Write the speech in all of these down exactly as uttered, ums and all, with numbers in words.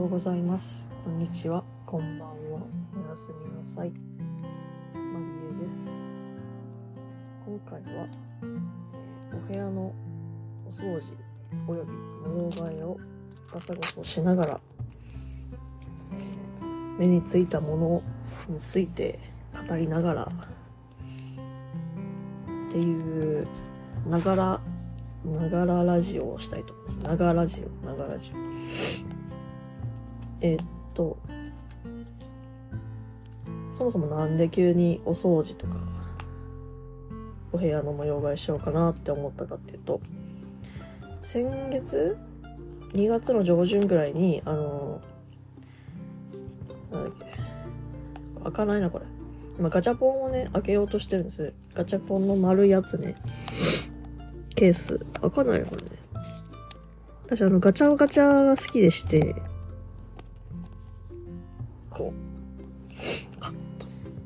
うございます。こんにちは、こんばんは、おやすみなさい。マリエです。今回は、えー、お部屋のお掃除および模様替えをガサゴソしながら、えー、目についたものについて語りながらっていうながらながらラジオをしたいと思います。ながらラジオながらラジオえー、っとそもそもなんで急にお掃除とかお部屋の模様替えしようかなって思ったかっていうと、先月にがつの上旬ぐらいにあのなんだっけ開かないなこれ今ガチャポンをね開けようとしてるんです。ガチャポンの丸いやつね、ケース開かないよこれね。私あのガチャガチャが好きでして、こうカッと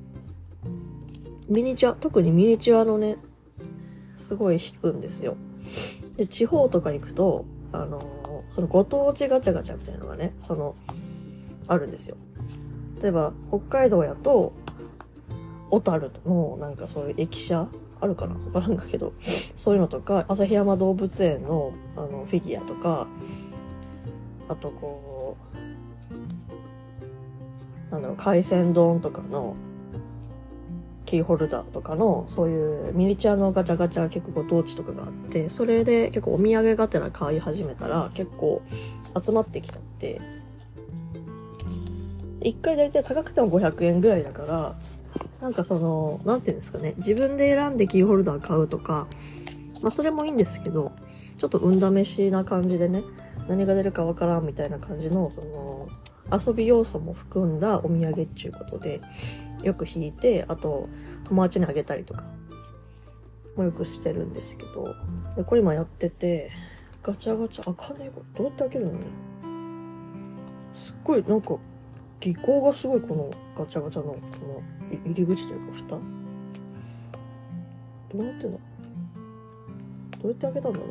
ミニチュア、特にミニチュアのねすごい引くんですよ。で地方とか行くとあのー、そのご当地ガチャガチャみたいなのがねそのあるんですよ。例えば北海道やと小樽のなんかそういう駅舎あるかなわからんだけど、そういうのとか旭山動物園のあのフィギュアとか、あとこうなんだろう海鮮丼とかのキーホルダーとかのそういうミニチュアのガチャガチャ結構ご当地とかがあって、それで結構お土産がてら買い始めたら結構集まってきちゃって、一回だいたい高くてもごひゃくえんぐらいだから、なんかそのなんていうんですかね、自分で選んでキーホルダー買うとか、まあそれもいいんですけど、ちょっと運試しな感じでね、何が出るかわからんみたいな感じのその遊び要素も含んだお土産っていうことでよく引いて、あと友達にあげたりとかもよくしてるんですけど、でこれ今やっててガチャガチャ開かねえ。これどうやって開けるのね。すっごいなんか技巧がすごい、このガチャガチャのこの入り口というか蓋どうなってんの、どうやって開けたんだろう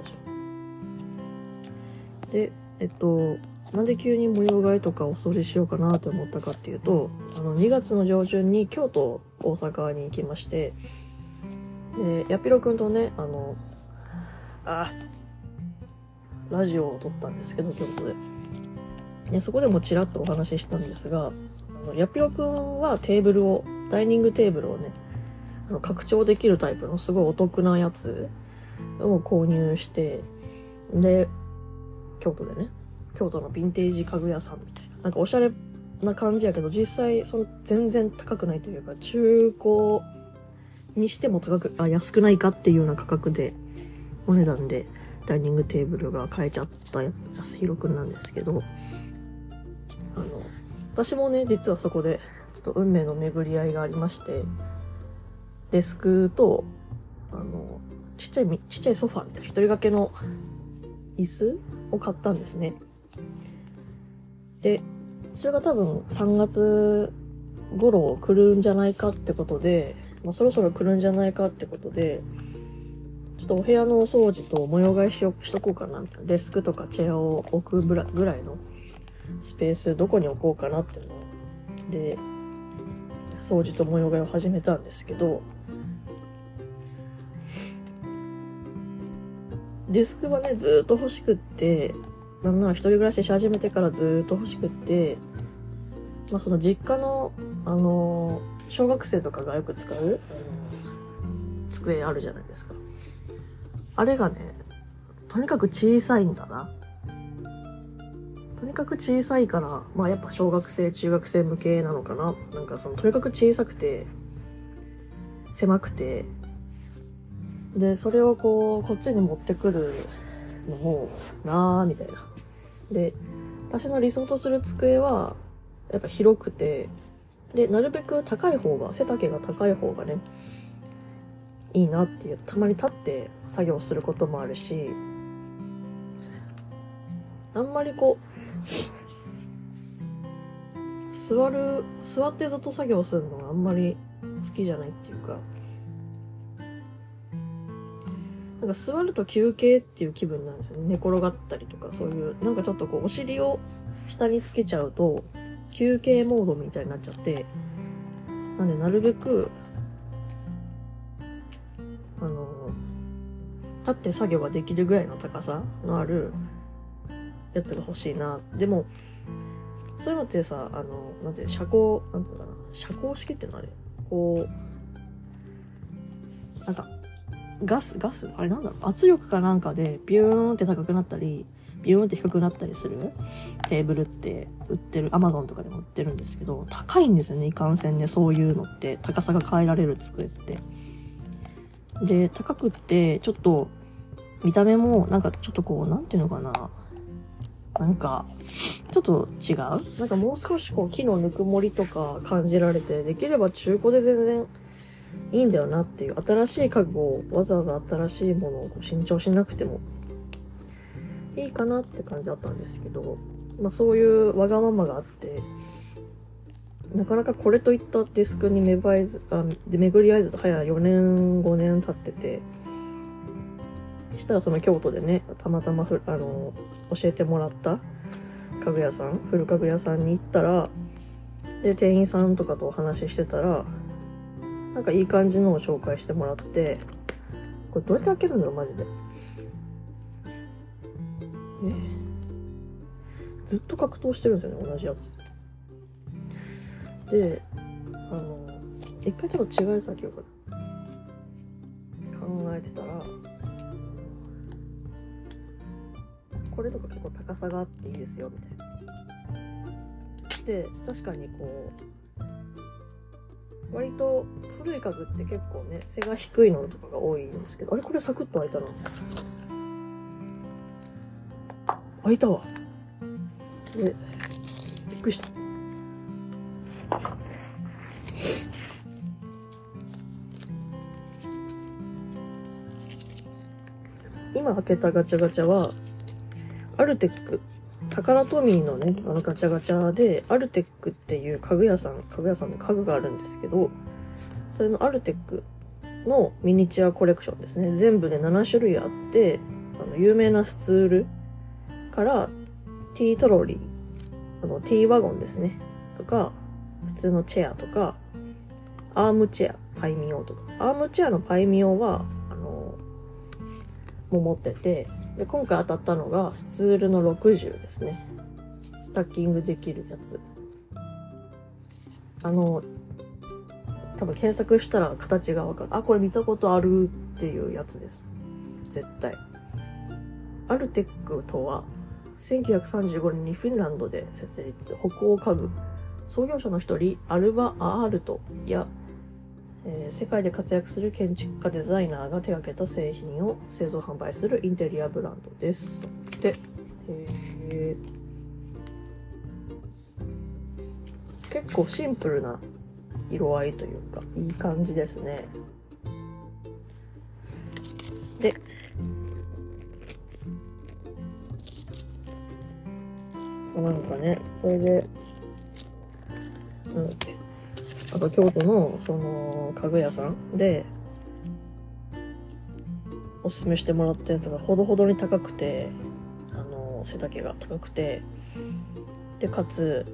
私。でえっとなんで急に模様替えとかお掃除しようかなと思ったかっていうと、あのにがつの上旬に京都大阪に行きまして、でやぴろくんとねあのあラジオを撮ったんですけど京都で、でそこでもちらっとお話ししたんですが、あのやぴろくんはテーブルをダイニングテーブルをねあの拡張できるタイプのすごいお得なやつを購入して、で京都でね京都のヴィンテージ家具屋さんみたいな、なんかおしゃれな感じやけど実際その全然高くないというか、中古にしても高くあ安くないかっていうような価格でお値段でダイニングテーブルが買えちゃった安弘くんなんですけど、あの私もね実はそこでちょっと運命の巡り合いがありまして、デスクとあのちっちゃいちっちゃいソファーみたいな一人掛けの椅子を買ったんですね。でそれが多分さんがつ頃来るんじゃないかってことで、まあ、そろそろ来るんじゃないかってことでちょっとお部屋のお掃除と模様替えしよしとこうかなみたいな。デスクとかチェアを置くぐらいのスペースどこに置こうかなっていうので掃除と模様替えを始めたんですけど、デスクはねずーっと欲しくって、なんなら一人暮らしし始めてからずーっと欲しくって、まあその実家のあのー、小学生とかがよく使う机あるじゃないですか。あれがねとにかく小さいんだな。とにかく小さいから、まあやっぱ小学生中学生向けなのかな。なんかそのとにかく小さくて狭くて、でそれをこうこっちに持ってくるのもなーみたいな。で私の理想とする机はやっぱ広くて、でなるべく高い方が背丈が高い方がねいいなっていう。たまに立って作業することもあるし、あんまりこう座る座ってずっと作業するのがあんまり好きじゃないっていうか、なんか座ると休憩っていう気分なんですよね。寝転がったりとかそういうなんかちょっとこうお尻を下につけちゃうと休憩モードみたいになっちゃって、なんでなるべくあの立って作業ができるぐらいの高さのあるやつが欲しいな。でもそういうのってさ、あのなんて遮光なんていうのかな、遮光式っていうのあれ、こうなんかガスガスあれなんだろう、圧力かなんかでビューンって高くなったりビューンって低くなったりするテーブルって売ってる、アマゾンとかでも売ってるんですけど、高いんですよね、いかんせんね。そういうのって高さが変えられる机ってで、高くってちょっと見た目もなんかちょっとこうなんていうのかな、なんかちょっと違う、なんかもう少しこう木のぬくもりとか感じられて、できれば中古で全然いいんだよなっていう、新しい家具をわざわざ新しいものをこう新調しなくてもいいかなって感じだったんですけど、まあそういうわがままがあって、なかなかこれといったデスクに芽生えず、あ、で巡り合えずと早よねんごねん経ってて、したらその京都でね、たまたまふあの教えてもらった家具屋さん、古家具屋さんに行ったら、で店員さんとかとお話ししてたら、なんかいい感じのを紹介してもらって、これどうやって開けるんだろうマジで。ね、ずっと格闘してるんですよね、同じやつで。あの一回ちょっと違うやつ開けようかな考えてたら、これとか結構高さがあっていいですよみたいな。で確かにこう割と古い家具って結構ね背が低いのとかが多いんですけど、あれこれサクッと開いたな、開いたわ。でびっくりした。今開けたガチャガチャはアルテック、タカラトミーのね、あのガチャガチャで、アルテックっていう家具屋さん、家具屋さんの家具があるんですけど、それのアルテックのミニチュアコレクションですね。全部でなな種類あって、あの有名なスツールからティートロリー、あのティーワゴンですね。とか、普通のチェアとか、アームチェア、パイミオとか。アームチェアのパイミオは、あの、も持ってて、で今回当たったのがスツールのろくじゅうですね。スタッキングできるやつ。あの多分検索したら形がわかる。あ、これ見たことあるっていうやつです。絶対。アルテックとはせんきゅうひゃくさんじゅうごねんにフィンランドで設立、北欧家具創業者の一人アルバ・アールトやえー、世界で活躍する建築家デザイナーが手掛けた製品を製造販売するインテリアブランドです。で、えー、結構シンプルな色合いというかいい感じですね。で、なんかね、それでなんだっけ、あと京都のその家具屋さんでおすすめしてもらったやつがほどほどに高くて、あの背丈が高くて、でかつ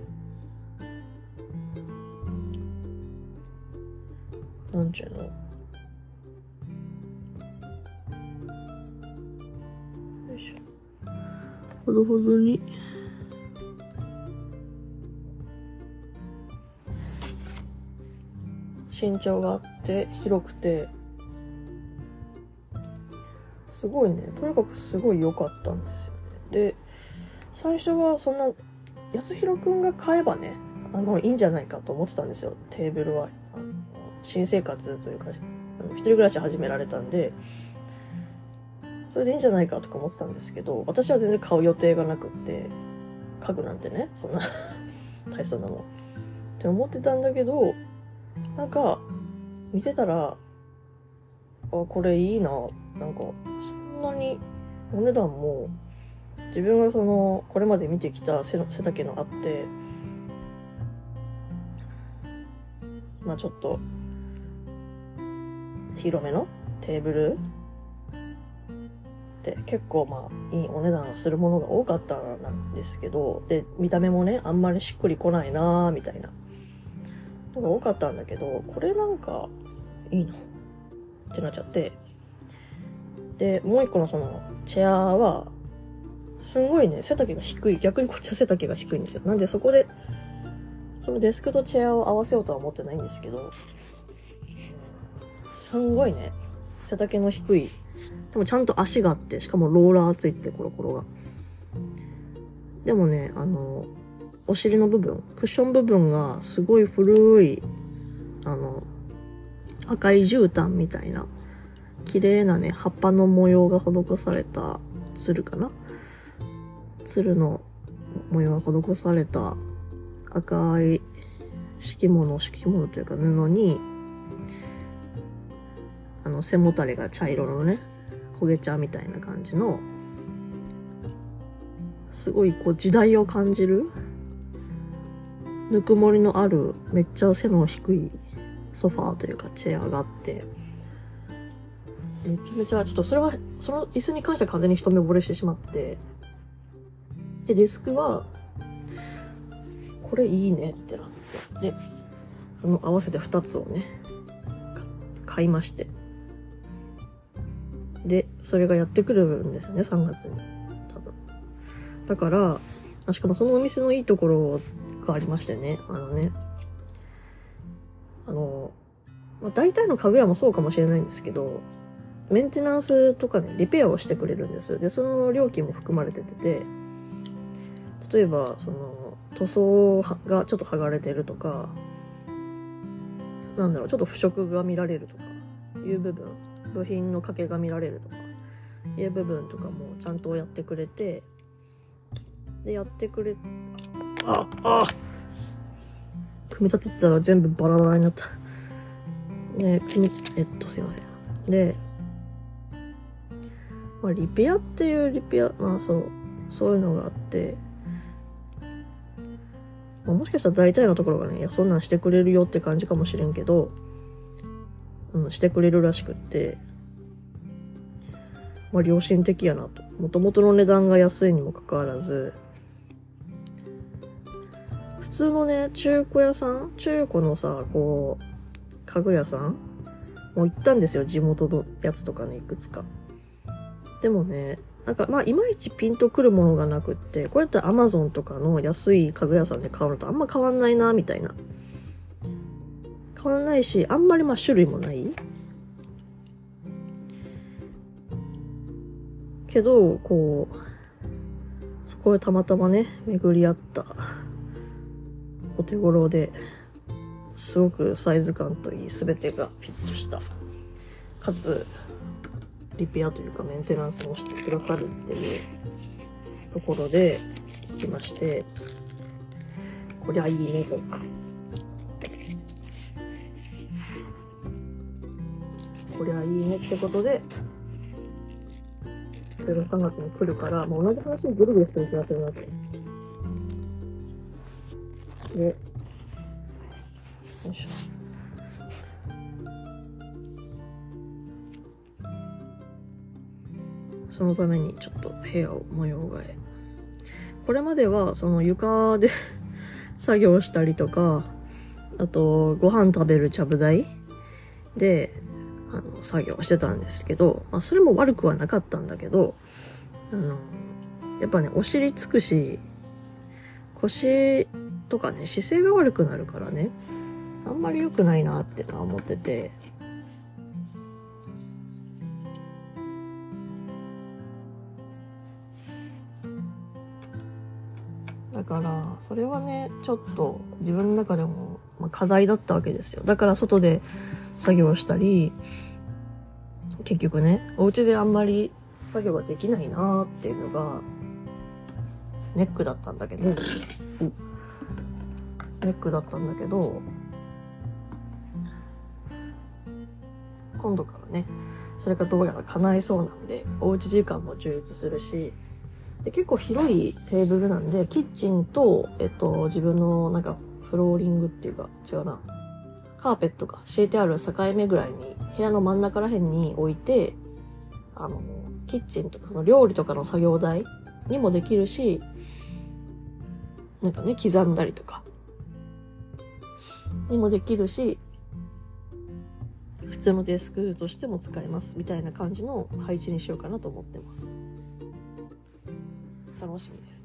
なんちゅうの、よいしょ、ほどほどに身長があって広くて、すごいね、とにかくすごい良かったんですよね。で最初はそんな安弘くんが買えばね、あのいいんじゃないかと思ってたんですよ。テーブルはあの新生活というか、あの一人暮らし始められたんでそれでいいんじゃないかとか思ってたんですけど、私は全然買う予定がなくって、家具なんてねそんな大層なもんって思ってたんだけど、なんか見てたら、あ、これいいな、なんかそんなにお値段も自分がそのこれまで見てきた背の背丈のあって、まあちょっと広めのテーブルって結構まあいいお値段するものが多かったんですけど、で見た目もねあんまりしっくりこないなーみたいなのが多かったんだけど、これなんかいいのってなっちゃって、でもう一個のそのチェアはすんごいね背丈が低い、逆にこっちは背丈が低いんですよ。なんでそこでそのデスクとチェアを合わせようとは思ってないんですけど、すんごいね背丈の低い、でもちゃんと足があって、しかもローラーついててコロコロが。でもね、あの、お尻の部分、クッション部分がすごい古い、あの、赤い絨毯みたいな、綺麗なね、葉っぱの模様が施された、つるかな？つるの模様が施された赤い敷物、敷物というか布に、あの、背もたれが茶色のね、焦げ茶みたいな感じの、すごいこう時代を感じる、ぬくもりのある、めっちゃ背の低いソファーというかチェアがあって、めちゃめちゃ、ちょっとそれは、その椅子に関しては風に一目惚れしてしまって、で、デスクは、これいいねってなって、で、その合わせて二つをね、買いまして。で、それがやってくるんですよね、さんがつに。多分。だから、しかもそのお店のいいところがありましてね、あのね、あの、まあ、大体の家具屋もそうかもしれないんですけど、メンテナンスとかね、リペアをしてくれるんです。で、その料金も含まれてて、例えば、その、塗装がちょっと剥がれてるとか、なんだろう、ちょっと腐食が見られるとか、いう部分、部品の欠けが見られるとか、いう部分とかもちゃんとやってくれて、で、やってくれ、あ、あ組み立ててたら全部バラバラになった。で、組み、えっと、すいません。で、まあ、リペアっていうリペア、まあそう、そういうのがあって、まあ、もしかしたら大体のところがね、いや、そんなんしてくれるよって感じかもしれんけど、うん、してくれるらしくって、まあ、良心的やなと。もともとの値段が安いにもかかわらず、普通のね、中古屋さん中古のさ、こう、家具屋さんもう行ったんですよ。地元のやつとかね、いくつか。でもね、なんか、まあ、いまいちピンとくるものがなくって、これやったら Amazon とかの安い家具屋さんで買うのとあんま変わんないな、みたいな。変わんないし、あんまりまあ種類もない。けど、こう、そこでたまたまね、巡り合った、お手頃で、すごくサイズ感といい、すべてがフィットした。かつ、リペアというかメンテナンスもしてくださるっていうところで行きまして、こりゃいいねと。こりゃいいねってことで、それがさんがつに来るから、もう同じ話をぐるぐるしてる気がするなって。で、よいしょ。そのためにちょっと部屋を模様替え。これまではその床で作業したりとか、あとご飯食べるちゃぶ台であの作業してたんですけど、まあ、それも悪くはなかったんだけど、あのやっぱねお尻つくし腰とかね姿勢が悪くなるからね、あんまり良くないなってのは思ってて。だからそれはねちょっと自分の中でも、まあ、課題だったわけですよ。だから外で作業したり、結局ねお家であんまり作業ができないなーっていうのがネックだったんだけど、ネックだったんだけど今度からねそれがどうやら叶いそうなんで、おうち時間も充実するし、で結構広いテーブルなんで、キッチンと、えっと、自分のなんかフローリングっていうか違うな、カーペットが敷いてある境目ぐらいに部屋の真ん中ら辺に置いて、 あの、キッチンとかその料理とかの作業台にもできるし、なんかね、刻んだりとかにもできるし、普通のデスクとしても使えますみたいな感じの配置にしようかなと思ってます。楽しみです。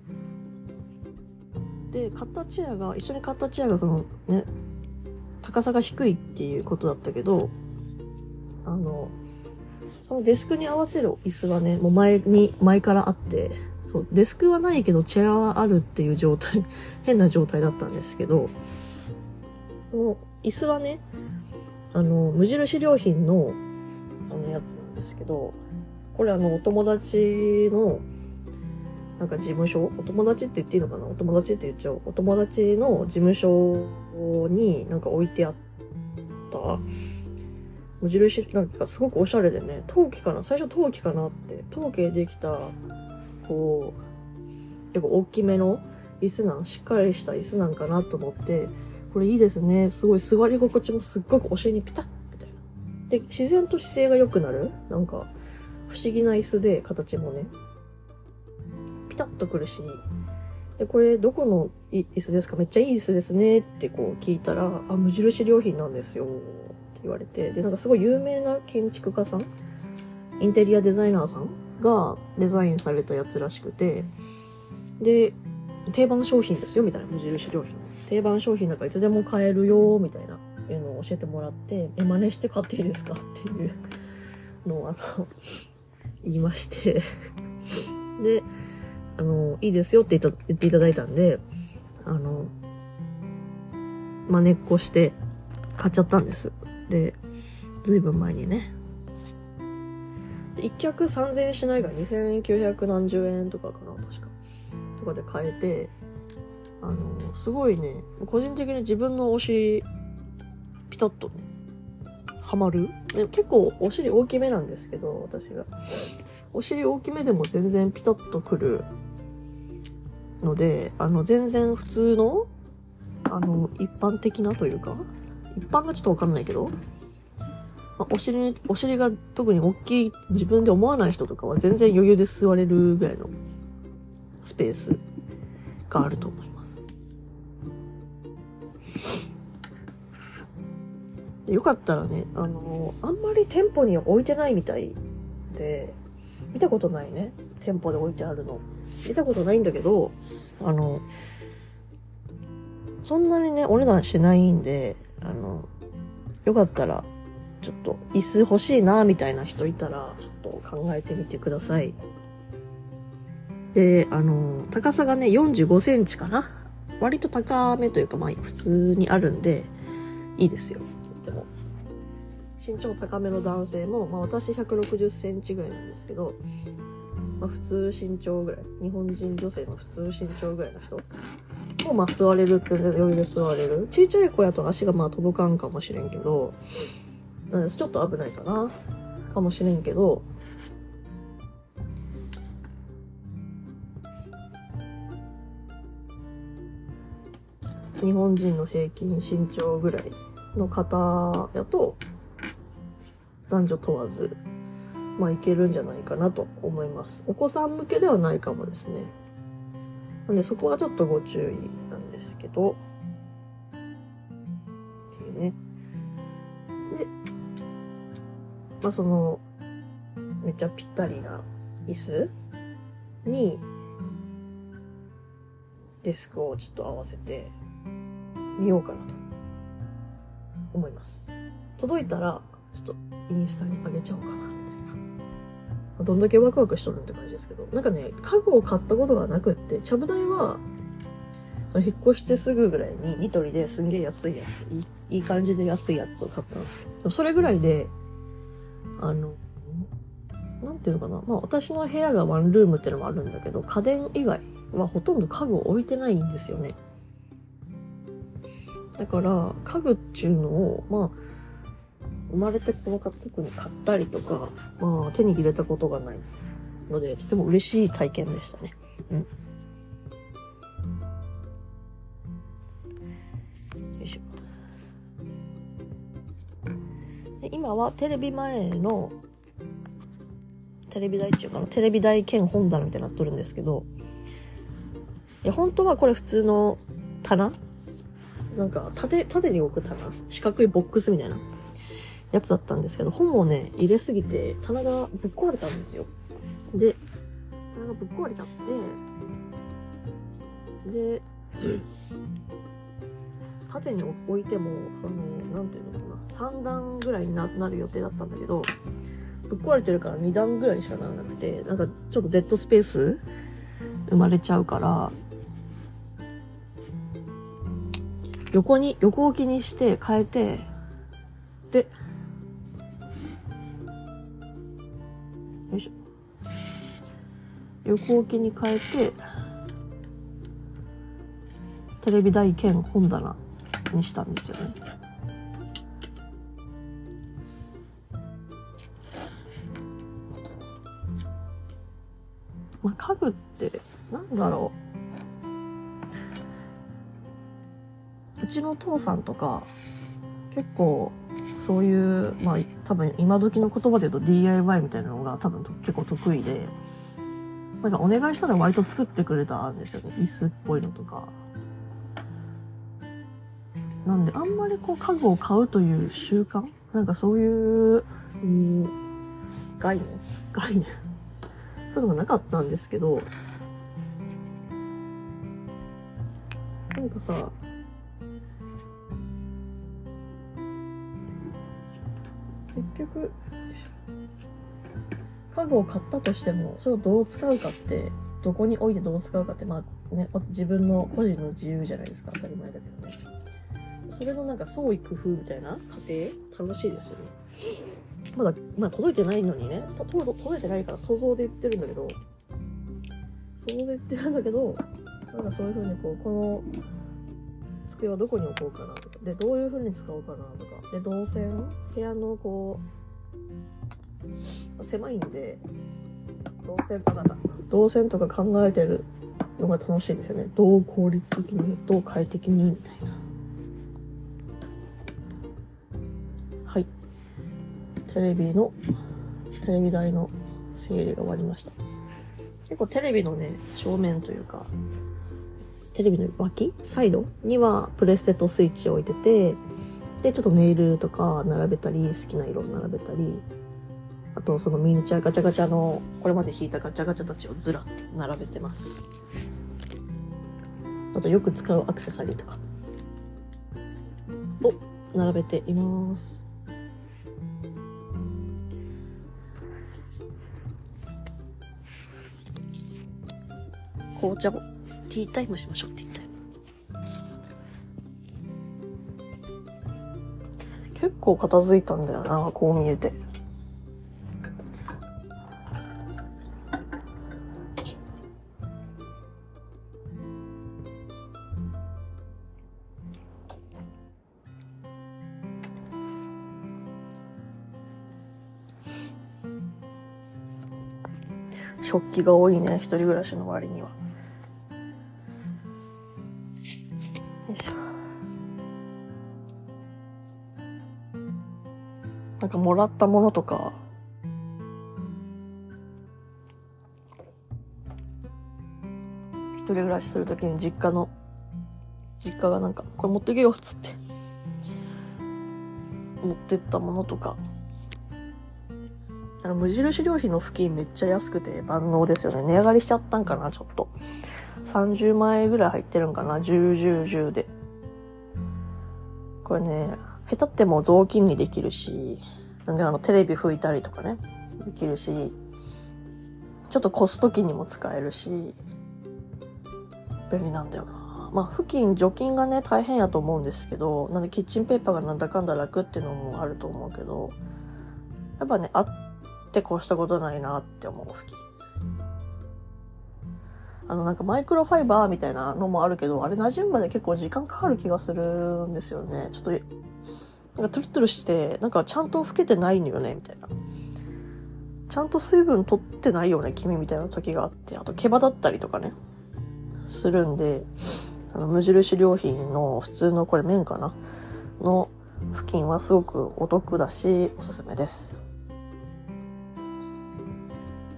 で、買ったチェアが、一緒に買ったチェアがそのね、高さが低いっていうことだったけど、あの、そのデスクに合わせる椅子はね、もう前に、前からあって、そう、デスクはないけどチェアはあるっていう状態、変な状態だったんですけど、この椅子はね、あの、無印良品の、あのやつなんですけど、これあの、お友達の、なんか事務所、お友達って言っていいのかな、お友達って言っちゃう。お友達の事務所になんか置いてあった無印、なんかすごくおしゃれでね、陶器かな、最初陶器かなって、陶器でできた、こう、結構大きめの椅子なん、しっかりした椅子なんかなと思って、これいいですね。すごい座り心地もすっごくお尻にピタッみたいな。で、自然と姿勢が良くなる。なんか、不思議な椅子で、形もね、ピタッとくるし、で、これどこの椅子ですか？めっちゃいい椅子ですねってこう聞いたら、あ、無印良品なんですよって言われて、で、なんかすごい有名な建築家さん、インテリアデザイナーさんがデザインされたやつらしくて、で、定番商品ですよみたいな、無印良品。定番商品なんかいつでも買えるよみたいな、いうのを教えてもらって、え、真似して買っていいですかっていうのをあの、言いまして、で、あの、いいですよって言って言っていただいたんで、あの、真似っこして買っちゃったんです。で、ずいぶん前にね。で、一脚さんぜんえんしないがにせんきゅうひゃくなんじゅうえんとかかな、確か。とかで買えて、あの、すごいね、個人的に自分のお尻、ピタッとね、はまる。で結構お尻大きめなんですけど、私が。お尻大きめでも全然ピタッとくるので、あの、全然普通の、あの、一般的なというか、一般がちょっとわかんないけど、まあ、お尻、お尻が特に大きい自分で思わない人とかは全然余裕で座れるぐらいのスペースがあると思います。でよかったらね、あの、あんまり店舗に置いてないみたいで、見たことないね。店舗で置いてあるの。見たことないんだけど、あの、そんなにね、お値段しないんで、あの、よかったら、ちょっと椅子欲しいな、みたいな人いたら、ちょっと考えてみてください。で、あの、高さがね、よんじゅうごセンチかな。割と高めというか、まあ、普通にあるんで、いいですよ。とっても。身長高めの男性も、まあ私ひゃくろくじゅっセンチぐらいなんですけど、まあ普通身長ぐらい、日本人女性の普通身長ぐらいの人もまあ座れるって全然余裕で座れる。ちいちゃい子やと足がまあ届かんかもしれんけど、ちょっと危ないかな、かもしれんけど、日本人の平均身長ぐらいの方やと、男女問わず、まあいけるんじゃないかなと思います。お子さん向けではないかもですね。なんでそこはちょっとご注意なんですけど、っていうね。で、まあその、めっちゃぴったりな椅子に、デスクをちょっと合わせてみようかなと思います。届いたら、ちょっとインスタに上げちゃおうかな、みたいな。どんだけワクワクしとるって感じですけど。なんかね、家具を買ったことがなくって、ちゃぶ台は、その引っ越してすぐぐらいにニトリですんげえ安いやつ、いい、いい感じで安いやつを買ったんですよ。でもそれぐらいで、あの、なんていうのかな。まあ私の部屋がワンルームってのもあるんだけど、家電以外はほとんど家具を置いてないんですよね。だから、家具っていうのを、まあ、生まれてこの方特に買ったりとか、まあ手に入れたことがないので、とても嬉しい体験でしたね。うん。よいしょ。で今はテレビ前のテレビ台っていうかな、テレビ台兼本棚みたいになっとるんですけど、いや本当はこれ普通の棚、なんか縦縦に置く棚、四角いボックスみたいなやつだったんですけど、本をね入れすぎて棚がぶっ壊れたんですよ。で棚がぶっ壊れちゃってで、うん、縦に置いてもそのなんていうのかな、さん段ぐらいに な, なる予定だったんだけど、ぶっ壊れてるからに段ぐらいにしかならなくて、なんかちょっとデッドスペース生まれちゃうから、横に横置きにして変えて、でよいしょ、横置きに変えてテレビ台兼本棚にしたんですよね。まあ、家具ってなんだろう、うちのお父さんとか結構そういう、まあ多分今時の言葉で言うと ディーアイワイ みたいなのが多分結構得意で、なんかお願いしたら割と作ってくれたんですよね、椅子っぽいのとか。なんであんまりこう家具を買うという習慣、なんかそういう、うん、概念概念そういうのがなかったんですけど、なんかさ、結局家具を買ったとしてもそれをどう使うかって、どこに置いてどう使うかって、まあね、自分の個人の自由じゃないですか、当たり前だけどね。それのなんか創意工夫みたいな過程楽しいですよね。まだまだ届いてないのにね、届いてないから想像で言ってるんだけど想像で言ってるんだけどなんかそういう風にこう、この机はどこに置こうかなとかで、どういう風に使おうかなとかで、動線、部屋のこう狭いんで動線とか動線とか考えてるのが楽しいですよね。どう効率的に、どう快適にみたいな。はい、テレビのテレビ台の整理が終わりました。結構テレビのね正面というかテレビの脇サイドにはプレステとスイッチを置いてて、でちょっとネイルとか並べたり、好きな色を並べたり、あとそのミニチュアガチャガチャのこれまで引いたガチャガチャたちをずらっと並べてます。あとよく使うアクセサリーとかを並べています。紅茶をティータイムしましょう。ティータイム結構片付いたんだよな、こう見えて。食器が多いね、一人暮らしの割には。よいしょ。なんかもらったものとか一人暮らしするときに実家の実家がなんかこれ持ってけよっつって持ってったものとか、あの無印良品の付近めっちゃ安くて万能ですよね。値上がりしちゃったんかな、ちょっとさんじゅうまんえんぐらい入ってるんかな、じゅう、じゅう、じゅうで。これね、下手っても雑巾にできるし、なんであのテレビ拭いたりとかねできるし、ちょっとこすときにも使えるし便利なんだよな。まあ付近除菌がね大変やと思うんですけど、なんでキッチンペーパーがなんだかんだ楽っていうのもあると思うけど、やっぱねあってこうしたことないなって思う付近。あのなんかマイクロファイバーみたいなのもあるけど、あれ馴染むまで結構時間かかる気がするんですよね。ちょっとなんかトゥルトゥルしてなんかちゃんと拭けてないのよねみたいな、ちゃんと水分取ってないよね君みたいな時があって、あと毛羽だったりとかねするんで、あの無印良品の普通のこれ綿かなの布巾はすごくお得だしおすすめです。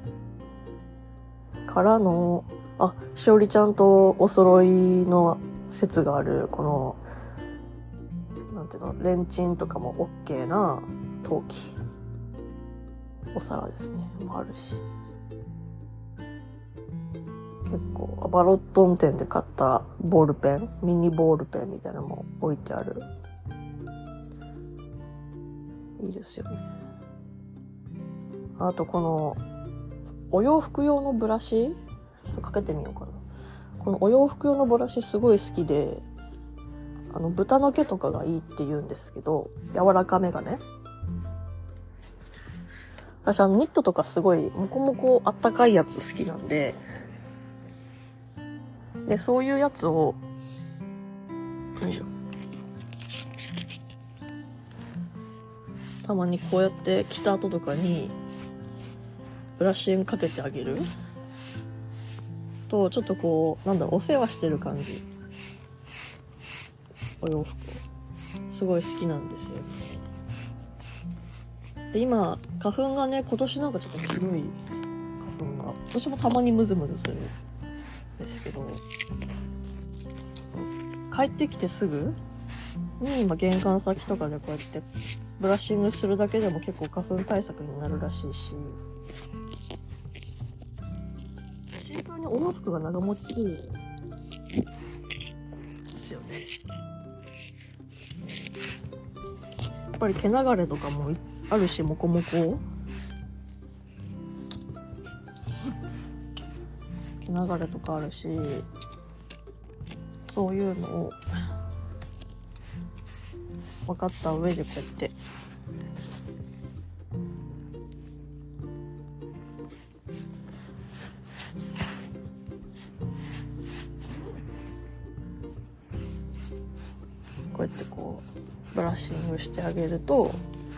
からの、あ、しおりちゃんとお揃いの説がある、この、なんていうの、レンチンとかも OK な陶器。お皿ですね。もあるし。結構、バロットン店で買ったボールペン、ミニボールペンみたいなのも置いてある。いいですよね。あとこの、お洋服用のブラシちょっとかけてみようかな。このお洋服用のブラシすごい好きで、あの、豚の毛とかがいいって言うんですけど、柔らかめがね。私あの、ニットとかすごい、もこもこあったかいやつ好きなんで、で、そういうやつを、よいしょ。たまにこうやって着た後とかに、ブラシにかけてあげると、ちょっとこう、なんだろう、お世話してる感じ。お洋服。すごい好きなんですよ。で、今、花粉がね、今年なんかちょっとひどい花粉が。私もたまにムズムズするんですけど、帰ってきてすぐに今玄関先とかでこうやってブラッシングするだけでも結構花粉対策になるらしいし、シンプルにお洋服が長持ちするですよね。やっぱり毛流れとかもあるし、モコモコ毛流れとかあるし、そういうのを分かった上でこうやってこうやってこうブラッシングしてあげると、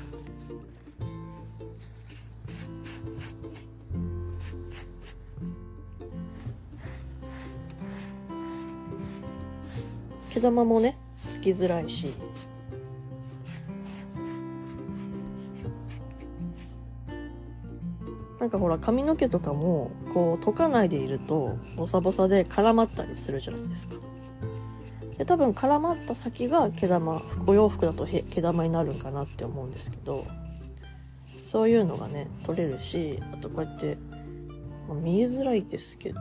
毛玉もねつきづらいし、なんかほら髪の毛とかもこう溶かないでいるとボサボサで絡まったりするじゃないですか。で多分絡まった先が毛玉、お洋服だと毛玉になるんかなって思うんですけど、そういうのがね取れるし、あとこうやって、まあ、見えづらいですけど、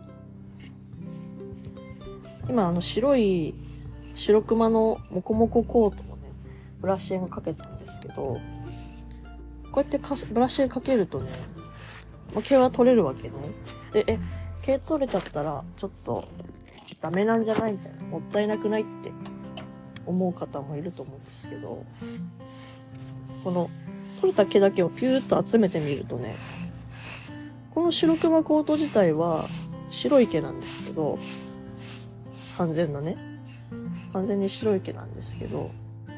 今あの白い白クマのモコモココートをねブラッシングかけたんですけど、こうやってかブラッシングかけるとね、まあ、毛は取れるわけね。で、え、毛取れちゃったらちょっとダメなんじゃないみたいな、もったいなくないって思う方もいると思うんですけど、この取れた毛だけをピューッと集めてみるとね、この白クマコート自体は白い毛なんですけど、完全なね完全に白い毛なんですけど、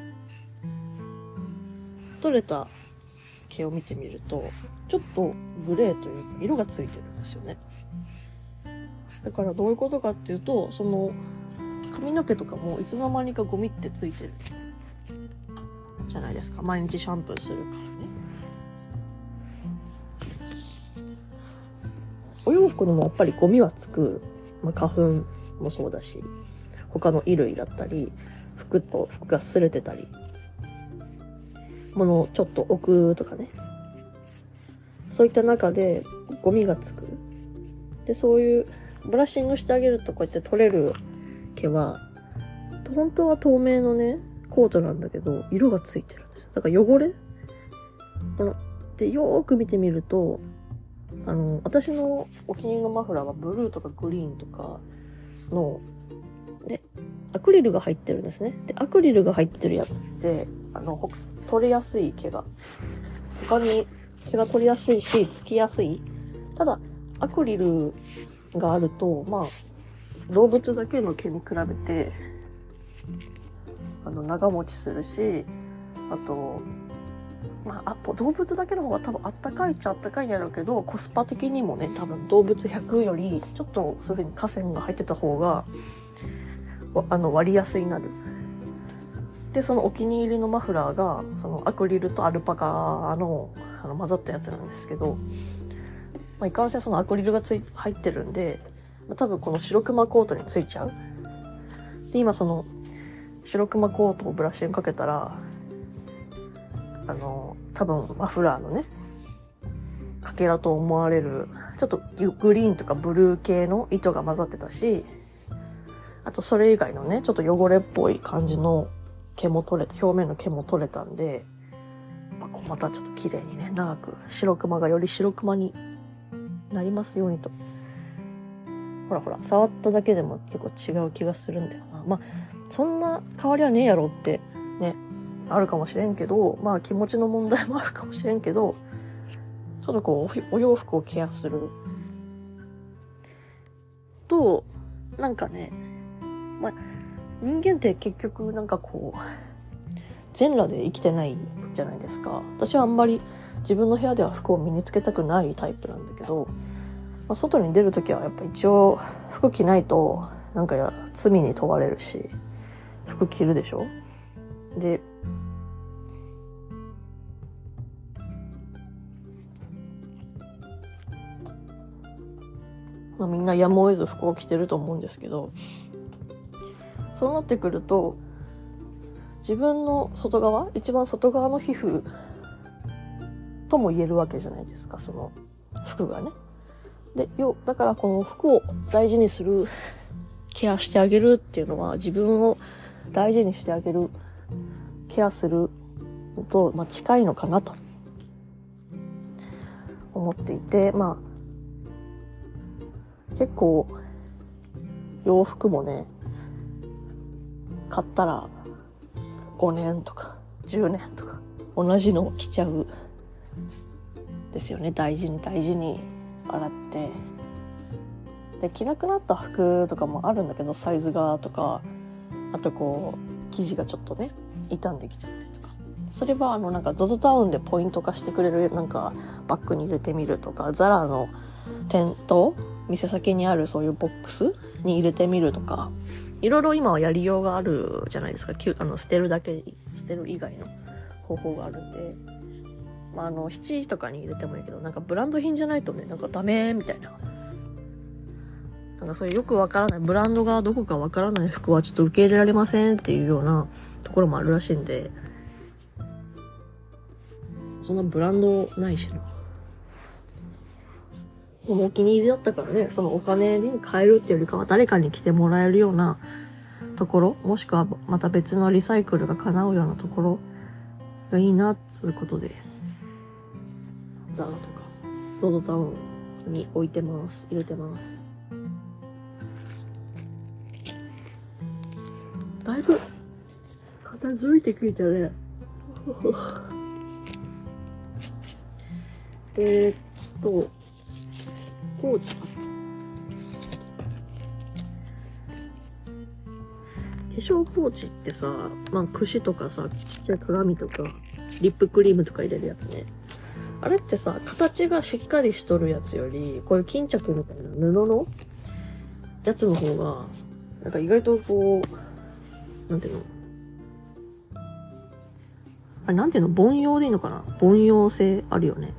取れた毛を見てみるとちょっとグレーというか色がついてるんですよね。だからどういうことかっていうと、その髪の毛とかもいつの間にかゴミってついてるじゃないですか。毎日シャンプーするからね。お洋服にもやっぱりゴミはつく、まあ、花粉もそうだし、他の衣類だったり、服と服が擦れてたり、物をちょっと置くとかね、そういった中でゴミがつく。で、そういうブラッシングしてあげるとこうやって取れる毛は本当は透明のねコートなんだけど色がついてるんですよ。だから汚れこのでよーく見てみると、あの私のお気に入りのマフラーはブルーとかグリーンとかのでアクリルが入ってるんですね。でアクリルが入ってるやつってあの取れやすい毛が他に毛が取りやすいしつきやすい。ただアクリルがあると、まあ動物だけの毛に比べてあの長持ちするし、あとまあ、あ動物だけの方が多分あったかいっちゃあったかいんやろうけど、コスパ的にもね多分動物ひゃくよりちょっとそういう風に河川が入ってた方があの割安になる。でそのお気に入りのマフラーがそのアクリルとアルパカのあの混ざったやつなんですけど、 まあ、いかんせんそのアクリルがつい入ってるんで、まあ、多分この白クマコートについちゃう。で、今その白クマコートをブラシにかけたら、あの、多分マフラーのね、かけらと思われる、ちょっとグリーンとかブルー系の糸が混ざってたし、あとそれ以外のね、ちょっと汚れっぽい感じの毛も取れた、表面の毛も取れたんで、まあ、こうまたちょっと綺麗にね、長く白クマがより白クマになりますようにと。ほらほら、触っただけでも結構違う気がするんだよな。まあ、そんな変わりはねえやろってね、あるかもしれんけど、まあ気持ちの問題もあるかもしれんけど、ちょっとこう、お洋服をケアすると、なんかね、まあ、人間って結局なんかこう、全裸で生きてないじゃないですか。私はあんまり自分の部屋では服を身につけたくないタイプなんだけど、まあ、外に出るときはやっぱ一応服着ないとなんか罪に問われるし、服着るでしょ。で、まあ、みんなやむを得ず服を着てると思うんですけど、そうなってくると自分の外側、一番外側の皮膚とも言えるわけじゃないですか、その服がね。で、よ、だからこの服を大事にする、ケアしてあげるっていうのは、自分を大事にしてあげる、ケアするのと、まあ、近いのかなと思っていて、まあ結構洋服もね、買ったらごねんとかじゅうねんとか同じのを着ちゃうですよね。大事に大事に洗って、で着なくなった服とかもあるんだけど、サイズがとか、あとこう生地がちょっとね傷んできちゃってとか、それはあのなんか ゾゾ タウンでポイント化してくれるなんかバッグに入れてみるとか、ザラの店頭店先にあるそういうボックスに入れてみるとか、いろいろ今はやりようがあるじゃないですか。あの捨てるだけ、捨てる以外の方法があるんで、まああの七とかに入れてもいいけど、なんかブランド品じゃないとね、なんかダメみたいな、なんかそういうよくわからないブランドがどこかわからない服はちょっと受け入れられませんっていうようなところもあるらしいんで、そんなブランドないしな。もうお気に入りだったからね、そのお金に変えるっていうよりかは誰かに着てもらえるようなところ、もしくはまた別のリサイクルが叶うようなところがいいなっつうことで、ザラとか ゾゾ タウンに置いてます。入れてます。だいぶ片付いてくれたね。えーっとポーチ、化粧ポーチってさ、まあ櫛とかさ、ちっちゃい鏡とかリップクリームとか入れるやつね。あれってさ、形がしっかりしとるやつより、こういう巾着みたいな布のやつの方がなんか意外とこう、なんていうの、あれなんていうの、凡庸でいいのかな、凡庸性あるよね。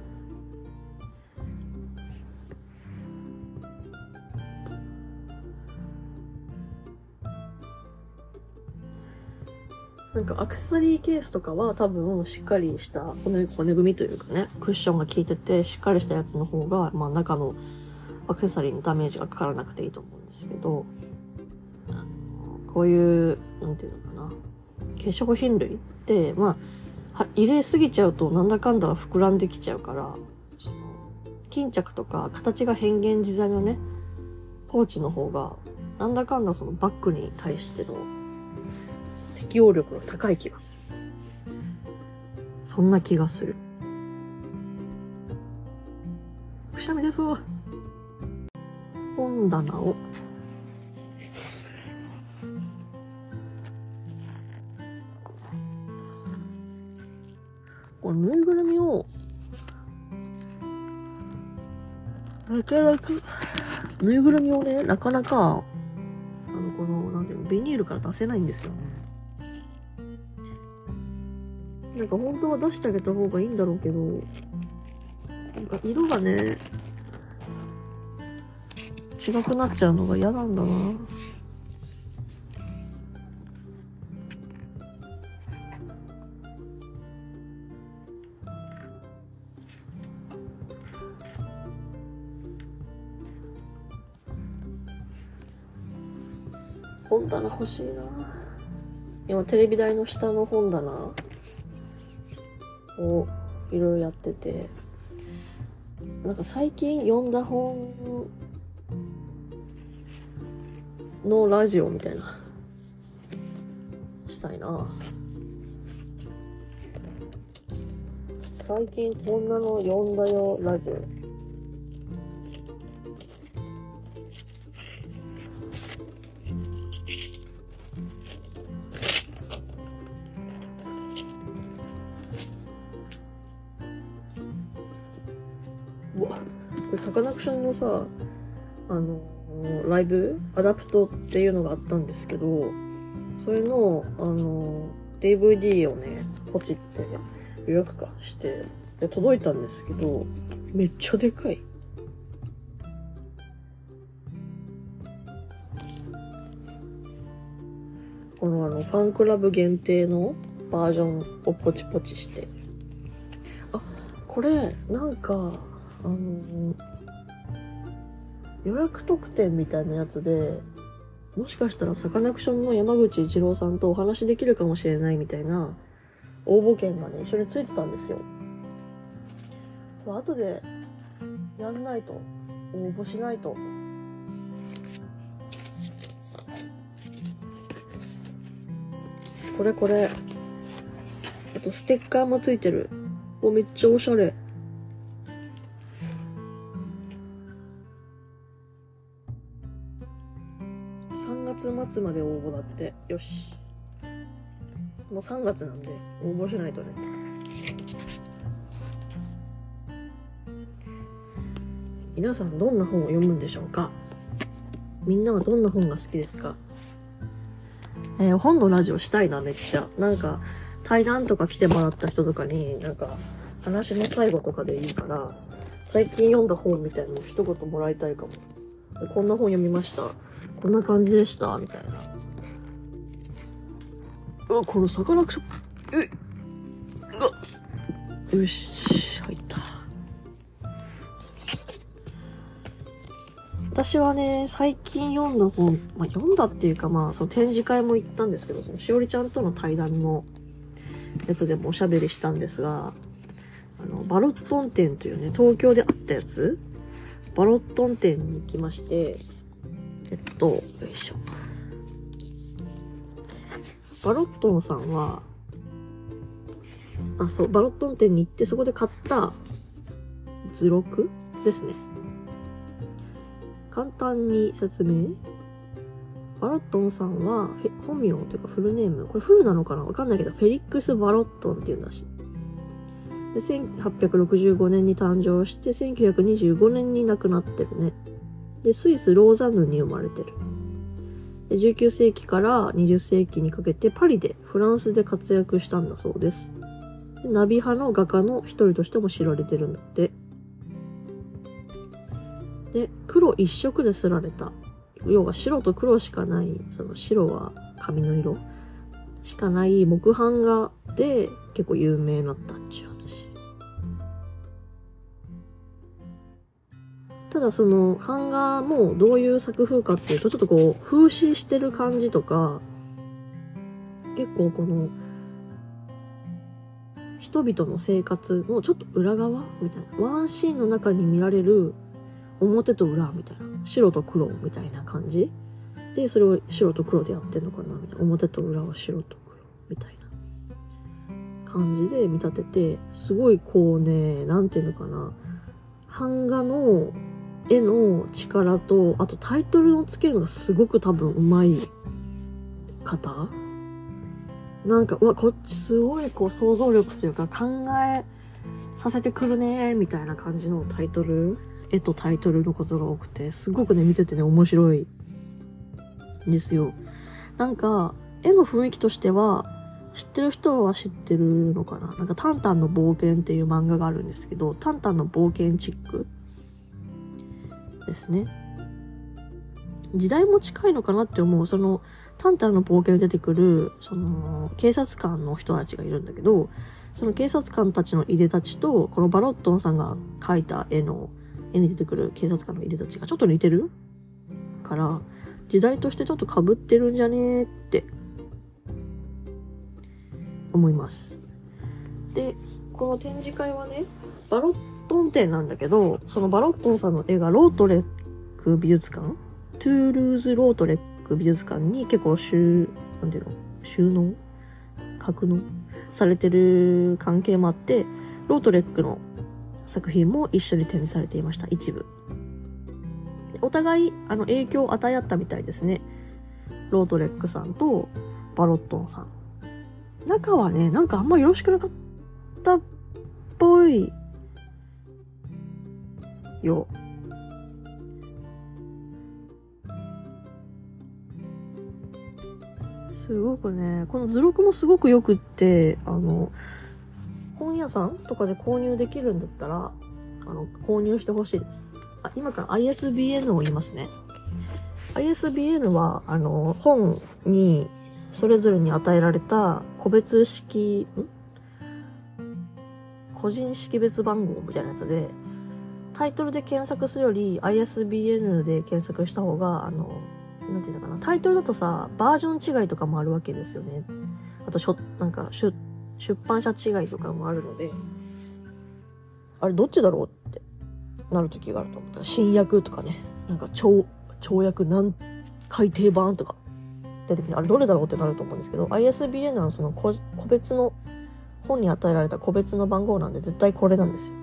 なんかアクセサリーケースとかは多分しっかりした骨、骨組みというかね、クッションが効いててしっかりしたやつの方が、まあ中のアクセサリーのダメージがかからなくていいと思うんですけど、あのこういう、なんていうのかな、化粧品類って、まあ、は入れすぎちゃうとなんだかんだ膨らんできちゃうから、その、巾着とか形が変幻自在のね、ポーチの方が、なんだかんだそのバッグに対しての適応力が高い気がする。そんな気がする。くしゃみ出そう。本棚をこのぬいぐるみをなかなかぬいぐるみをね、なかなかあのこのなんていうの、ビニールから出せないんですよ。なんか本当は出してあげた方がいいんだろうけど、なんか色がね、 違くなっちゃうのが嫌なんだな。本棚欲しいな。今テレビ台の下の本棚をいろいろやってて、なんか最近読んだ本のラジオみたいなしたいな。最近こんなの読んだよラジオ。うわ、これサカナクションのさ、あのー、ライブアダプトっていうのがあったんですけど、それのあのー、ディーブイディー をねポチって予約かしてで届いたんですけど、めっちゃでかい。このあのファンクラブ限定のバージョンをポチポチして、あ、これなんかあの予約特典みたいなやつで、もしかしたらサカナクションの山口一郎さんとお話できるかもしれないみたいな応募券がね一緒についてたんですよ。後でやんないと、応募しないと。これこれ、あとステッカーもついてる。お、めっちゃおしゃれ。さんがつ末まで応募だって。よし。もうさんがつなんで応募しないとね。皆さんどんな本を読むんでしょうか。みんなはどんな本が好きですか。えー、本のラジオしたいな、めっちゃ。なんか対談とか来てもらった人とかに、なんか話の最後とかでいいから、最近読んだ本みたいなの一言もらいたいかも。こんな本読みました、こんな感じでしたみたいな。うわ、このサカナクション、えっがよし、入った。私はね、最近読んだ本、まあ、読んだっていうか、まあ、その展示会も行ったんですけど、そのしおりちゃんとの対談のやつでもおしゃべりしたんですが、あの、バロットン展というね、東京であったやつ、バロットン展に行きまして、えっと、よいしょ。バロットンさんは、あ、そう、バロットン店に行って、そこで買った図録ですね。簡単に説明。バロットンさんは、本名というかフルネーム、これフルなのかなわかんないけど、フェリックス・バロットンっていうんだし。で、せんはっぴゃくろくじゅうごねんに誕生して、せんきゅうひゃくにじゅうごねんに亡くなってるね。で、スイス・ローザンヌに生まれてる。で、じゅうきゅうせいきからにじゅっせいきにかけてパリで、フランスで活躍したんだそうです。で、ナビ派の画家の一人としても知られてるんだって。で、黒一色で刷られた。要は白と黒しかない、その白は髪の色しかない木版画で結構有名になったっちゅう話。ただその版画もどういう作風かっていうと、ちょっとこう風刺してる感じとか、結構この人々の生活のちょっと裏側みたいな、ワンシーンの中に見られる表と裏みたいな、白と黒みたいな感じで、それを白と黒でやってんのかなみたいな、表と裏は白と黒みたいな感じで見立てて、すごいこうね、なんていうのかな、版画の絵の力と、あとタイトルをつけるのがすごく多分上手い方なんか、うわ、こっちすごいこう想像力というか考えさせてくるねみたいな感じのタイトル、絵とタイトルのことが多くて、すごくね見ててね面白いんですよ。なんか絵の雰囲気としては知ってる人は知ってるのかな、なんかタンタンの冒険っていう漫画があるんですけど、タンタンの冒険チックですね。 時代も近いのかなって思う。その、タンタンの冒険に出てくる、その、警察官の人たちがいるんだけど、その警察官たちのいでたちと、このバロットンさんが描いた絵の、絵に出てくる警察官のいでたちがちょっと似てるから、時代としてちょっと被ってるんじゃねーって思います。で、この展示会はね、バロットン展なんだけど、そのバロットンさんの絵がロートレック美術館、トゥールーズロートレック美術館に結構収、なんていうの収納格納されてる関係もあって、ロートレックの作品も一緒に展示されていました、一部。お互い、あの、影響を与え合ったみたいですね。ロートレックさんとバロットンさん。中はね、なんかあんまよろしくなかったっぽいよ。すごくね、この図録もすごくよくって、あの、本屋さんとかで購入できるんだったら、あの、購入してほしいです。あ、今から アイエスビーエヌ を言いますね。アイエスビーエヌ は、あの、本にそれぞれに与えられた個別識、ん個人識別番号みたいなやつで、タイトルで検索するより アイエスビーエヌ で検索した方が、あの、なんていうのかな、タイトルだとさ、バージョン違いとかもあるわけですよね。あと、しょ、なんか、出、出版社違いとかもあるので、あれどっちだろうってなる時があると思ったら、新訳とかね、なんか、超、超訳何改訂版とか出てきて、あれどれだろうってなると思うんですけど、アイエスビーエヌ はその個、個別の、本に与えられた個別の番号なんで絶対これなんですよ。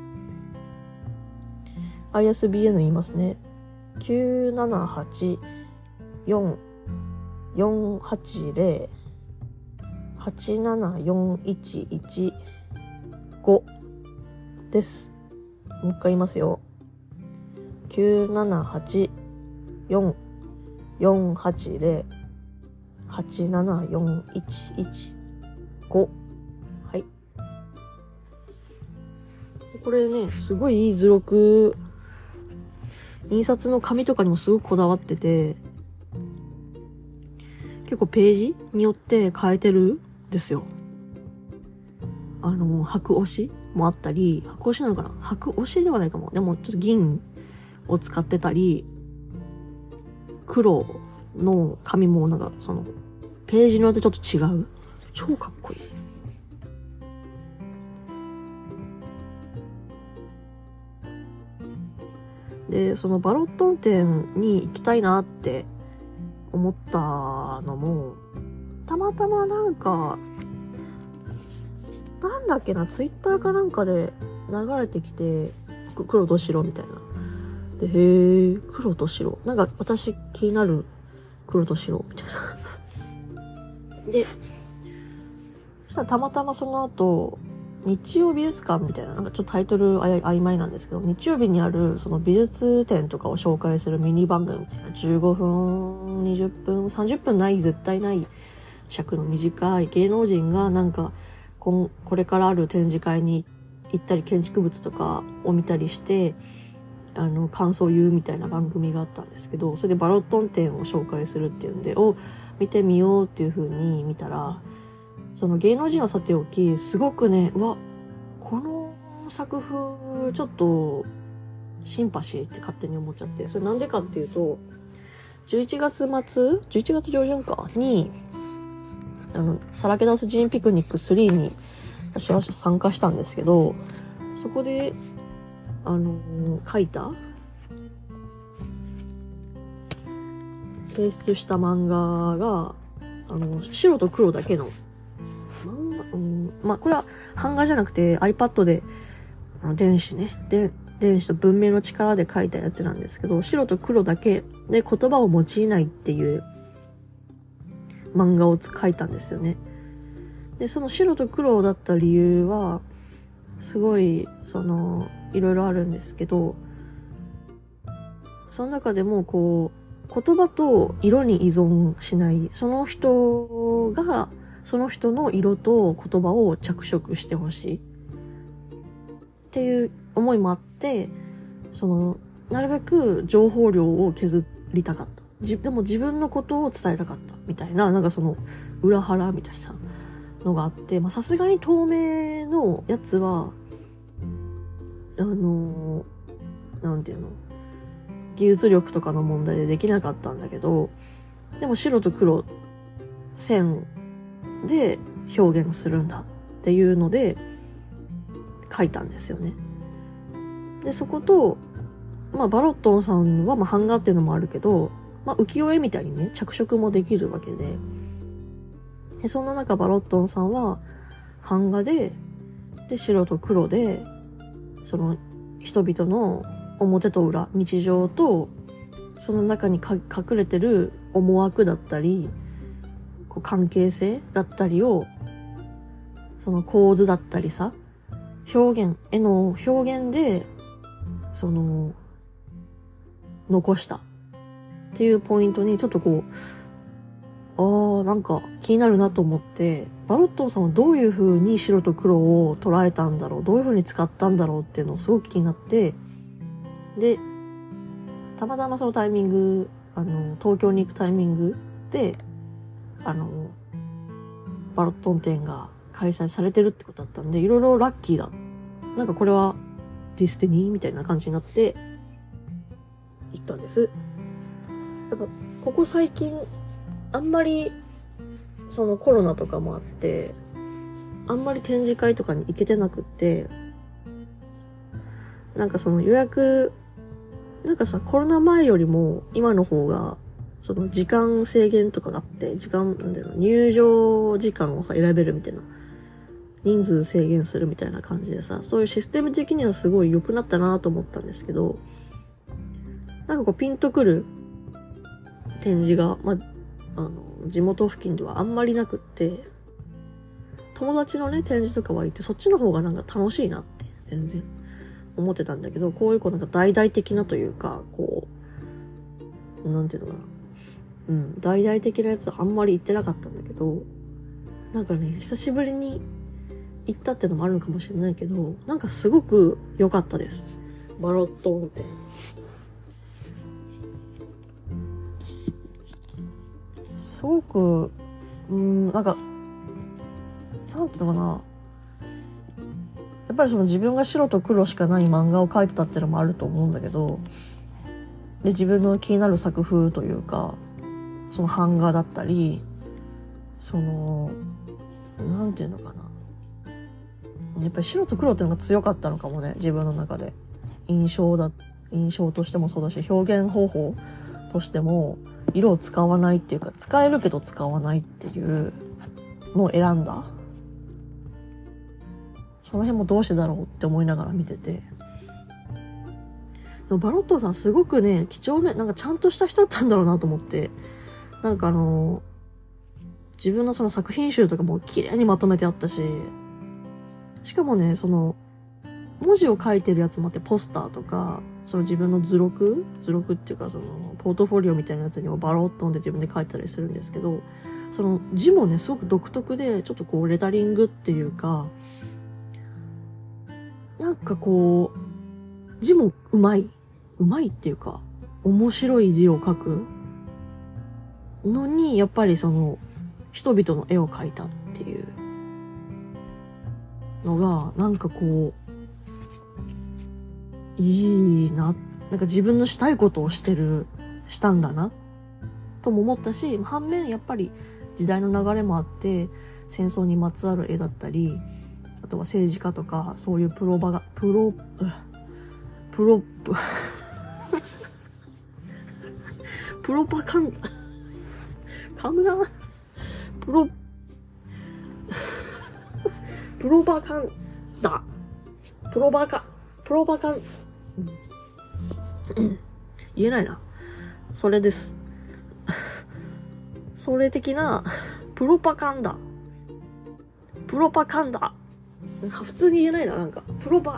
アイエスビーエヌ 言いますね。きゅうななはちよんよんはちゼロ はちななよんいちいちごです。もう一回言いますよ。きゅうななはちよんよんはちゼロ はちななよんいちいちご。はい。これね、すごいいい図録、印刷の紙とかにもすごくこだわってて、結構ページによって変えてるんですよ。あの、白押しもあったり、白押しなのかな、白押しではないかも。でもちょっと銀を使ってたり、黒の紙もなんかその、ページによってちょっと違う。超かっこいい。で、そのバロットン展に行きたいなって思ったのも、たまたまなんか、なんだっけな、ツイッターかなんかで流れてきて、黒と白みたいな。で、へー、黒と白。なんか私気になる黒と白みたいな。で、そしたらたまたまその後、日曜美術館みたいな、なんかちょっとタイトルあや曖昧なんですけど、日曜日にあるその美術展とかを紹介するミニ番組みたいな、じゅうごふん、にじゅっぷん、さんじゅっぷんない、絶対ない尺の短い芸能人がなんか、こ, これからある展示会に行ったり建築物とかを見たりして、あの、感想を言うみたいな番組があったんですけど、それでバロットン展を紹介するっていうんで、お、見てみようっていう風に見たら、その芸能人はさておき、すごくね、うわ、この作風、ちょっと、シンパシーって勝手に思っちゃって、それなんでかっていうと、じゅういちがつまつ ?じゅういちがつ上旬かに、あの、さらけ出すジーンピクニックスリーに私は参加したんですけど、そこで、あのー、書いた提出した漫画が、あの、白と黒だけの漫画、うん、まあ、これは版画じゃなくて iPad で、あの電子ね、で、電子と文明の力で書いたやつなんですけど、白と黒だけで言葉を用いないっていう漫画を書いたんですよね。で、その白と黒だった理由は、すごい、その、いろいろあるんですけど、その中でもこう、言葉と色に依存しない、その人が、その人の色と言葉を着色してほしいっていう思いもあって、その、なるべく情報量を削りたかった。 じでも自分のことを伝えたかったみたいな、なんかその裏腹みたいなのがあって、まあさすがに透明のやつはあのー、なんていうの、技術力とかの問題でできなかったんだけど、でも白と黒線で表現するんだっていうので書いたんですよね。で、そこと、まあバロットンさんはまあ版画っていうのもあるけど、まあ浮世絵みたいにね、着色もできるわけで、でそんな中バロットンさんは版画で、で白と黒で、その人々の表と裏、日常とその中にか隠れてる思惑だったり、こう関係性だったりを、その構図だったりさ、表現、絵の表現で、その、残したっていうポイントにちょっとこう、ああ、なんか気になるなと思って、バロットンさんはどういう風に白と黒を捉えたんだろう、どういう風に使ったんだろうっていうのをすごく気になって、で、たまたまそのタイミング、あの、東京に行くタイミングで、あの、バロットン展が開催されてるってことだったんで、いろいろラッキーだ。なんかこれはディスティニーみたいな感じになって行ったんです。やっぱここ最近あんまりそのコロナとかもあってあんまり展示会とかに行けてなくって、なんかその予約なんかさ、コロナ前よりも今の方がその時間制限とかがあって、時間なんだろう、入場時間をさ選べるみたいな、人数制限するみたいな感じでさ、そういうシステム的にはすごい良くなったなと思ったんですけど、なんかこうピンとくる展示が、まあ、あの、地元付近ではあんまりなくって、友達のね、展示とかはいて、そっちの方がなんか楽しいなって全然思ってたんだけど、こういうこうなんか大々的なというか、こう、なんていうのかな。うん、大々的なやつはあんまり行ってなかったんだけど、なんかね、久しぶりに行ったってのもあるのかもしれないけど、なんかすごく良かったです。バロットン展。すごく、うん、なんか、なんていうのかな。やっぱりその自分が白と黒しかない漫画を描いてたってのもあると思うんだけど、で、自分の気になる作風というか、その版画だったり、その、なんていうのかな。やっぱり白と黒っていうのが強かったのかもね、自分の中で。印象だ、印象としてもそうだし、表現方法としても、色を使わないっていうか、使えるけど使わないっていうのを選んだ。その辺もどうしてだろうって思いながら見てて。でもバロットさんすごくね、几帳面、なんかちゃんとした人だったんだろうなと思って。なんかあの、自分のその作品集とかも綺麗にまとめてあったし、しかもね、その、文字を書いてるやつもあって、ポスターとか、その自分の図録図録っていうか、その、ポートフォリオみたいなやつにもバロットンで自分で書いたりするんですけど、その字もね、すごく独特で、ちょっとこう、レタリングっていうか、なんかこう、字もうまい。うまいっていうか、面白い字を書くのに、やっぱりその、人々の絵を描いたっていうのが、なんかこう、いいな。なんか自分のしたいことをしてる、したんだな。とも思ったし、反面やっぱり時代の流れもあって、戦争にまつわる絵だったり、あとは政治家とか、そういうプロバガ、プロ、プロ、プ、プロパカン、噛むな。プロ、プロバカンダ。プロバカ、プロバカン、言えないな。それです。それ的な、プロパカンダ。プロパカンダ。普通に言えないな、なんか。プロパ、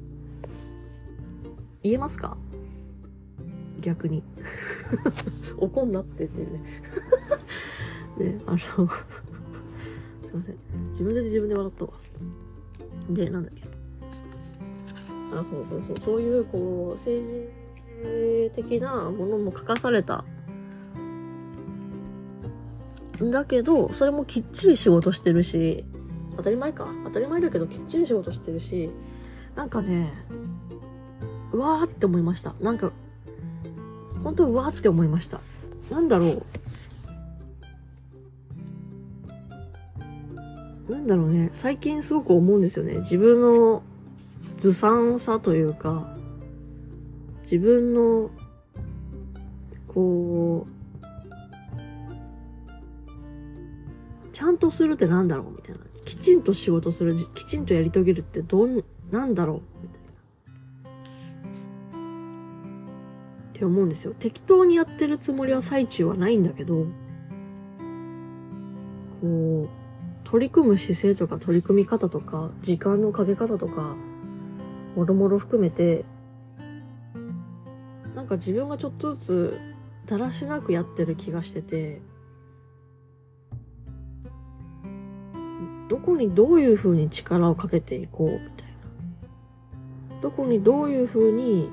言えますか？逆に。怒んなってっていうね。ね、あの、すいません。自分で自分で笑ったわ。で、なんだっけ。あ、そうそうそう。そういう、こう、政治的なものも書かされただけど、それもきっちり仕事してるし、当たり前か。当たり前だけどきっちり仕事してるし、なんかね、うわーって思いました。なんか、本当うわーって思いました。なんだろう。なんだろうね。最近すごく思うんですよね。自分のずさんさというか、自分の、こう、ちゃんとするってなんだろうみたいな。きちんと仕事する、きちんとやり遂げるってどん、なんだろうみたいな。って思うんですよ。適当にやってるつもりは最中はないんだけど、こう、取り組む姿勢とか取り組み方とか、時間のかけ方とか、もろもろ含めて、なんか自分がちょっとずつだらしなくやってる気がしてて、どこにどういう風に力をかけていこうみたいな。どこにどういう風に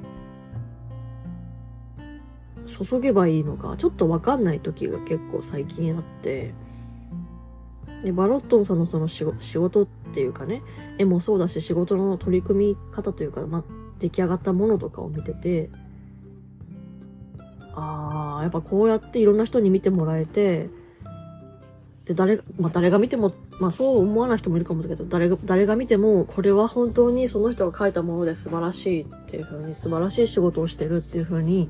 注げばいいのか、ちょっとわかんない時が結構最近あって、で、バロットンさんのその仕事っていうかね、絵もそうだし仕事の取り組み方というか、まあ、出来上がったものとかを見てて、あー、やっぱこうやっていろんな人に見てもらえて、で、誰、まあ、誰が見ても、まあ、そう思わない人もいるかもだけど、誰が、誰が見ても、これは本当にその人が描いたもので素晴らしいっていう風に、素晴らしい仕事をしてるっていう風に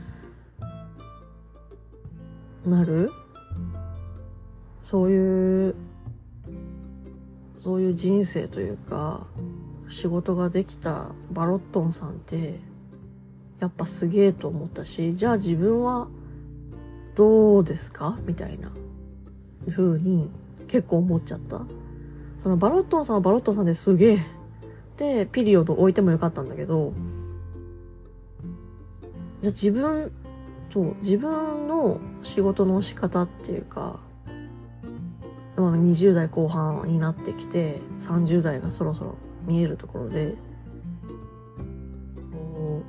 なる。そういう、そういう人生というか、仕事ができたバロットンさんって、やっぱすげえと思ったし、じゃあ自分はどうですかみたいな風に結構思っちゃった。そのバロットンさんはバロットンさんですげえでピリオド置いてもよかったんだけど、じゃあ自分、そう、自分の仕事の仕方っていうか、まあ、にじゅう代後半になってきてさんじゅう代がそろそろ見えるところで、こ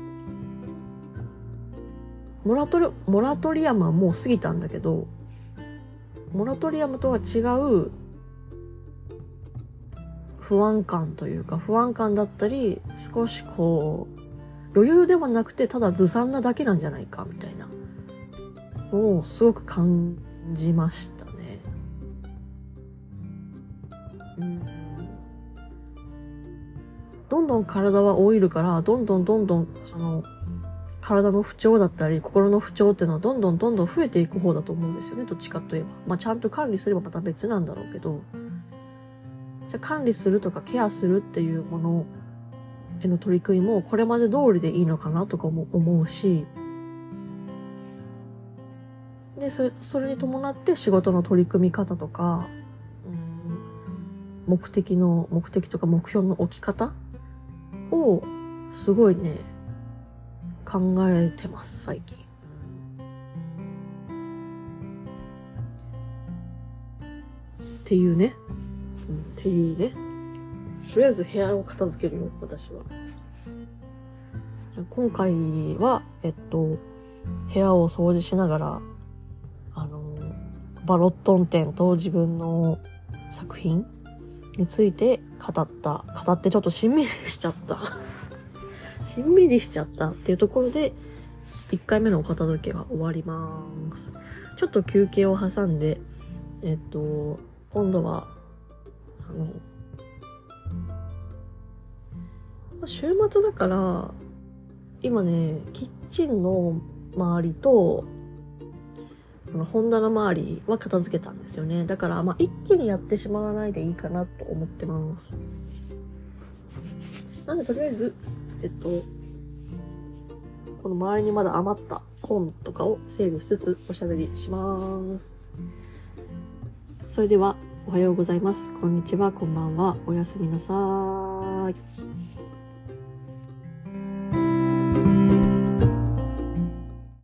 うモラトリ、モラトリアムはもう過ぎたんだけど、モラトリアムとは違う不安感というか、不安感だったり、少しこう余裕ではなくてただずさんなだけなんじゃないかみたいなのをすごく感じましたね。うん、どんどん体は老いるから、どんどんどんどんその体の不調だったり心の不調っていうのはどんどんどんどん増えていく方だと思うんですよね。どっちかといえば、まあちゃんと管理すればまた別なんだろうけど、じゃあ管理するとかケアするっていうものへの取り組みもこれまで通りでいいのかなとかも思うし、でそれそれに伴って仕事の取り組み方とか、うん、目的の目的とか目標の置き方をすごいね考えてます最近。っていうね、うん、っていうね。とりあえず部屋を片付けるよ私は。今回はえっと部屋を掃除しながらあのバロットン展と自分の作品について語った語ってちょっとしんみりしちゃったしんみりしちゃったっていうところでいっかいめのお片付けは終わります。ちょっと休憩を挟んでえっと今度はあの週末だから今ねキッチンの周りとこの本棚周りは片付けたんですよね。だからまあ一気にやってしまわないでいいかなと思ってます。なのでとりあえずえっとこの周りにまだ余った本とかを整理しつつおしゃべりします。それではおはようございます、こんにちは、こんばんは、おやすみなさーい。